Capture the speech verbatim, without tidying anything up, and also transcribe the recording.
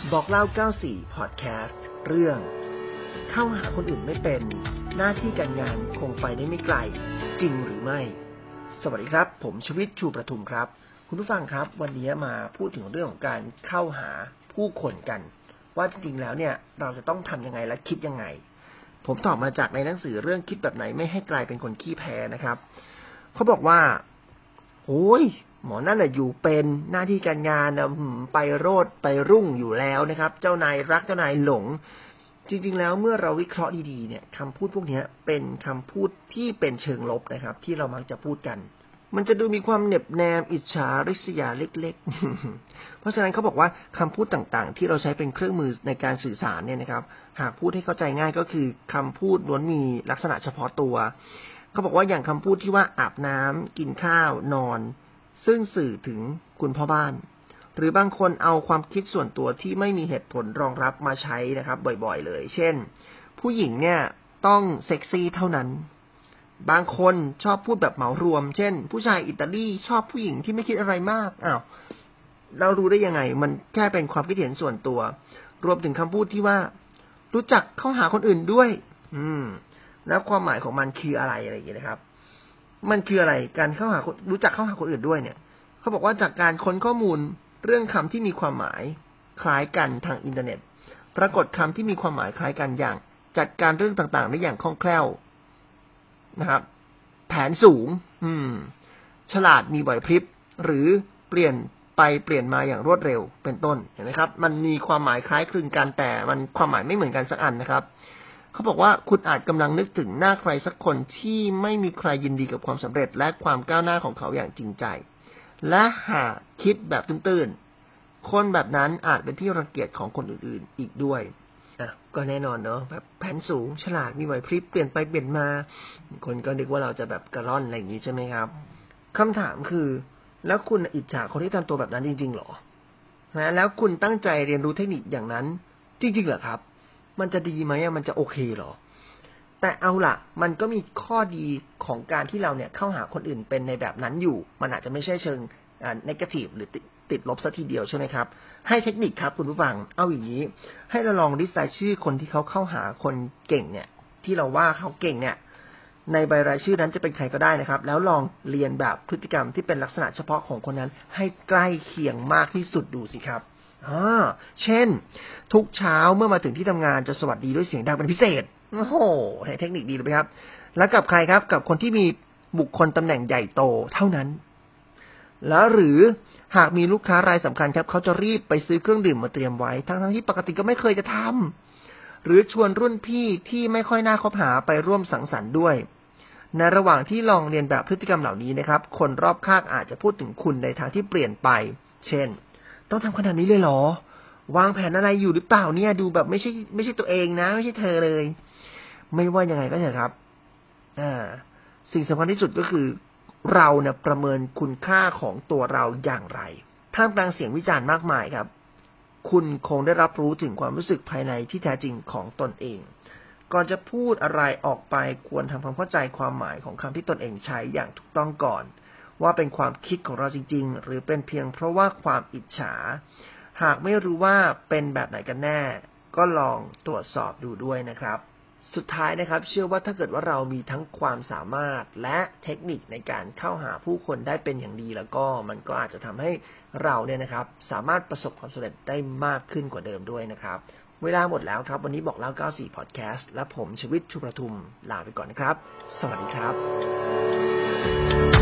บอกเล่าเก้าสิบสี่พอดแคสต์เรื่องเข้าหาคนอื่นไม่เป็นหน้าที่การงานคงไปได้ไม่ไกลจริงหรือไม่สวัสดีครับผมชวิตชูประทุมครับคุณผู้ฟังครับวันนี้มาพูดถึงเรื่องของการเข้าหาผู้คนกันว่าจริงๆแล้วเนี่ยเราจะต้องทำยังไงและคิดยังไงผมตอบมาจากในหนังสือเรื่องคิดแบบไหนไม่ให้กลายเป็นคนขี้แพ้นะครับเขาบอกว่าโอ้ยหมอนั่นน่ะอยู่เป็นหน้าที่การงานนะไปโรดไปรุ่งอยู่แล้วนะครับเจ้านายรักเจ้านายหลงจริงๆแล้วเมื่อเราวิเคราะห์ดีๆเนี่ยคำพูดพวกนี้เป็นคำพูดที่เป็นเชิงลบนะครับที่เรามักจะพูดกันมันจะดูมีความเหน็บแนมอิจฉาริษยาเล็กๆเพราะฉะนั้นเขาบอกว่าคำพูดต่างๆที่เราใช้เป็นเครื่องมือในการสื่อสารเนี่ยนะครับหากพูดให้เข้าใจง่ายก็คือคำพูดล้วนมีลักษณะเฉพาะตัวเขาบอกว่าอย่างคำพูดที่ว่าอาบน้ำกินข้าวนอนซึ่งสื่อถึงคุณพ่อบ้านหรือบางคนเอาความคิดส่วนตัวที่ไม่มีเหตุผลรองรับมาใช้นะครับบ่อยๆเลยเช่นผู้หญิงเนี่ยต้องเซ็กซี่เท่านั้นบางคนชอบพูดแบบเหมารวมเช่นผู้ชายอิตาลีชอบผู้หญิงที่ไม่คิดอะไรมากอ้าวเรารู้ได้ยังไงมันแค่เป็นความคิดเห็นส่วนตัวรวมถึงคำพูดที่ว่ารู้จักเข้าหาคนอื่นด้วยอืมแล้วความหมายของมันคืออะไรอะไรอย่างเงี้ยนะครับมันคืออะไรการเข้าหารู้จักเข้าหาคนอื่นด้วยเนี่ยเขาบอกว่าจากการค้นข้อมูลเรื่องคำที่มีความหมายคล้ายกันทางอินเทอร์เน็ตปรากฏคำที่มีความหมายคล้ายกันอย่างจัดการเรื่องต่างๆได้อย่างคล่องแคล่วนะครับแผนสูงอืมฉลาดมีไหวพริบหรือเปลี่ยนไปเปลี่ยนมาอย่างรวดเร็วเป็นต้นเห็นไหมครับมันมีความหมายคล้ายคลึงกันแต่มันความหมายไม่เหมือนกันสักอันนะครับเขาบอกว่าคุณอาจกำลังนึกถึงหน้าใครสักคนที่ไม่มีใครยินดีกับความสำเร็จและความก้าวหน้าของเขาอย่างจริงใจและหากคิดแบบตื้นๆคนแบบนั้นอาจเป็นที่รังเกียจของคนอื่นๆอีกด้วยอ่ะก็แน่นอนเนาะแบบแผนสูงฉลาดมีไหวพริบเปลี่ยนไปเปลี่ยนมาคนก็นึกว่าเราจะแบบกระร่อนอะไรอย่างนี้ใช่ไหมครับคำถามคือแล้วคุณอิจฉาคนที่ทำตัวแบบนั้นจริงๆหรอนะแล้วคุณตั้งใจเรียนรู้เทคนิคอย่างนั้นจริงๆเหรอครับมันจะดีไหมมันจะโอเคหรอแต่เอาล่ะมันก็มีข้อดีของการที่เราเนี่ยเข้าหาคนอื่นเป็นในแบบนั้นอยู่มันอาจจะไม่ใช่เชิงอ่า negative หรือติดติดลบซะทีเดียวใช่ไหมครับให้เทคนิคครับคุณผู้ฟังเอาอย่างนี้ให้เราลองลิสต์รายชื่อคนที่เขาเข้าหาคนเก่งเนี่ยที่เราว่าเขาเก่งเนี่ยในใบรายชื่อนั้นจะเป็นใครก็ได้นะครับแล้วลองเรียนแบบพฤติกรรมที่เป็นลักษณะเฉพาะของคนนั้นให้ใกล้เคียงมากที่สุดดูสิครับอ่าเช่นทุกเช้าเมื่อมาถึงที่ทำงานจะสวัสดีด้วยเสียงดังเป็นพิเศษโอ้โหเทคนิคดีเลยครับแล้วกับใครครับกับคนที่มีบุคคลตำแหน่งใหญ่โตเท่านั้นแล้วหรือหากมีลูกค้ารายสำคัญครับเขาจะรีบไปซื้อเครื่องดื่มมาเตรียมไว้ทั้งๆที่ปกติก็ไม่เคยจะทำหรือชวนรุ่นพี่ที่ไม่ค่อยน่าคบหาไปร่วมสังสรรค์ด้วยในระหว่างที่ลองเรียนแบบพฤติกรรมเหล่านี้นะครับคนรอบข้างอาจจะพูดถึงคุณในทางที่เปลี่ยนไปเช่นต้องทำขนาดนี้เลยเหรอวางแผนอะไรอยู่หรือเปล่าเนี่ยดูแบบไม่ใช่ไม่ใช่ตัวเองนะไม่ใช่เธอเลยไม่ว่ายังไงก็เถอะครับอ่าสิ่งสำคัญที่สุดก็คือเราเนี่ยประเมินคุณค่าของตัวเราอย่างไรท่ามกลางเสียงวิจารณ์มากมายครับคุณคงได้รับรู้ถึงความรู้สึกภายในที่แท้จริงของตนเองก่อนจะพูดอะไรออกไปควรทำความเข้าใจความหมายของคำที่ตนเองใช้อย่างถูกต้องก่อนว่าเป็นความคิดของเราจริงๆหรือเป็นเพียงเพราะว่าความอิจฉาหากไม่รู้ว่าเป็นแบบไหนกันแน่ก็ลองตรวจสอบดูด้วยนะครับสุดท้ายนะครับเชื่อว่าถ้าเกิดว่าเรามีทั้งความสามารถและเทคนิคในการเข้าหาผู้คนได้เป็นอย่างดีแล้วก็มันก็อาจจะทำให้เราเนี่ยนะครับสามารถประสบความสำเร็จได้มากขึ้นกว่าเดิมด้วยนะครับเวลาหมดแล้วครับวันนี้บอกเล่าเก้าสิบสี่พอดแคสต์และผมชวิตชูประทุมลาไปก่อนนะครับสวัสดีครับ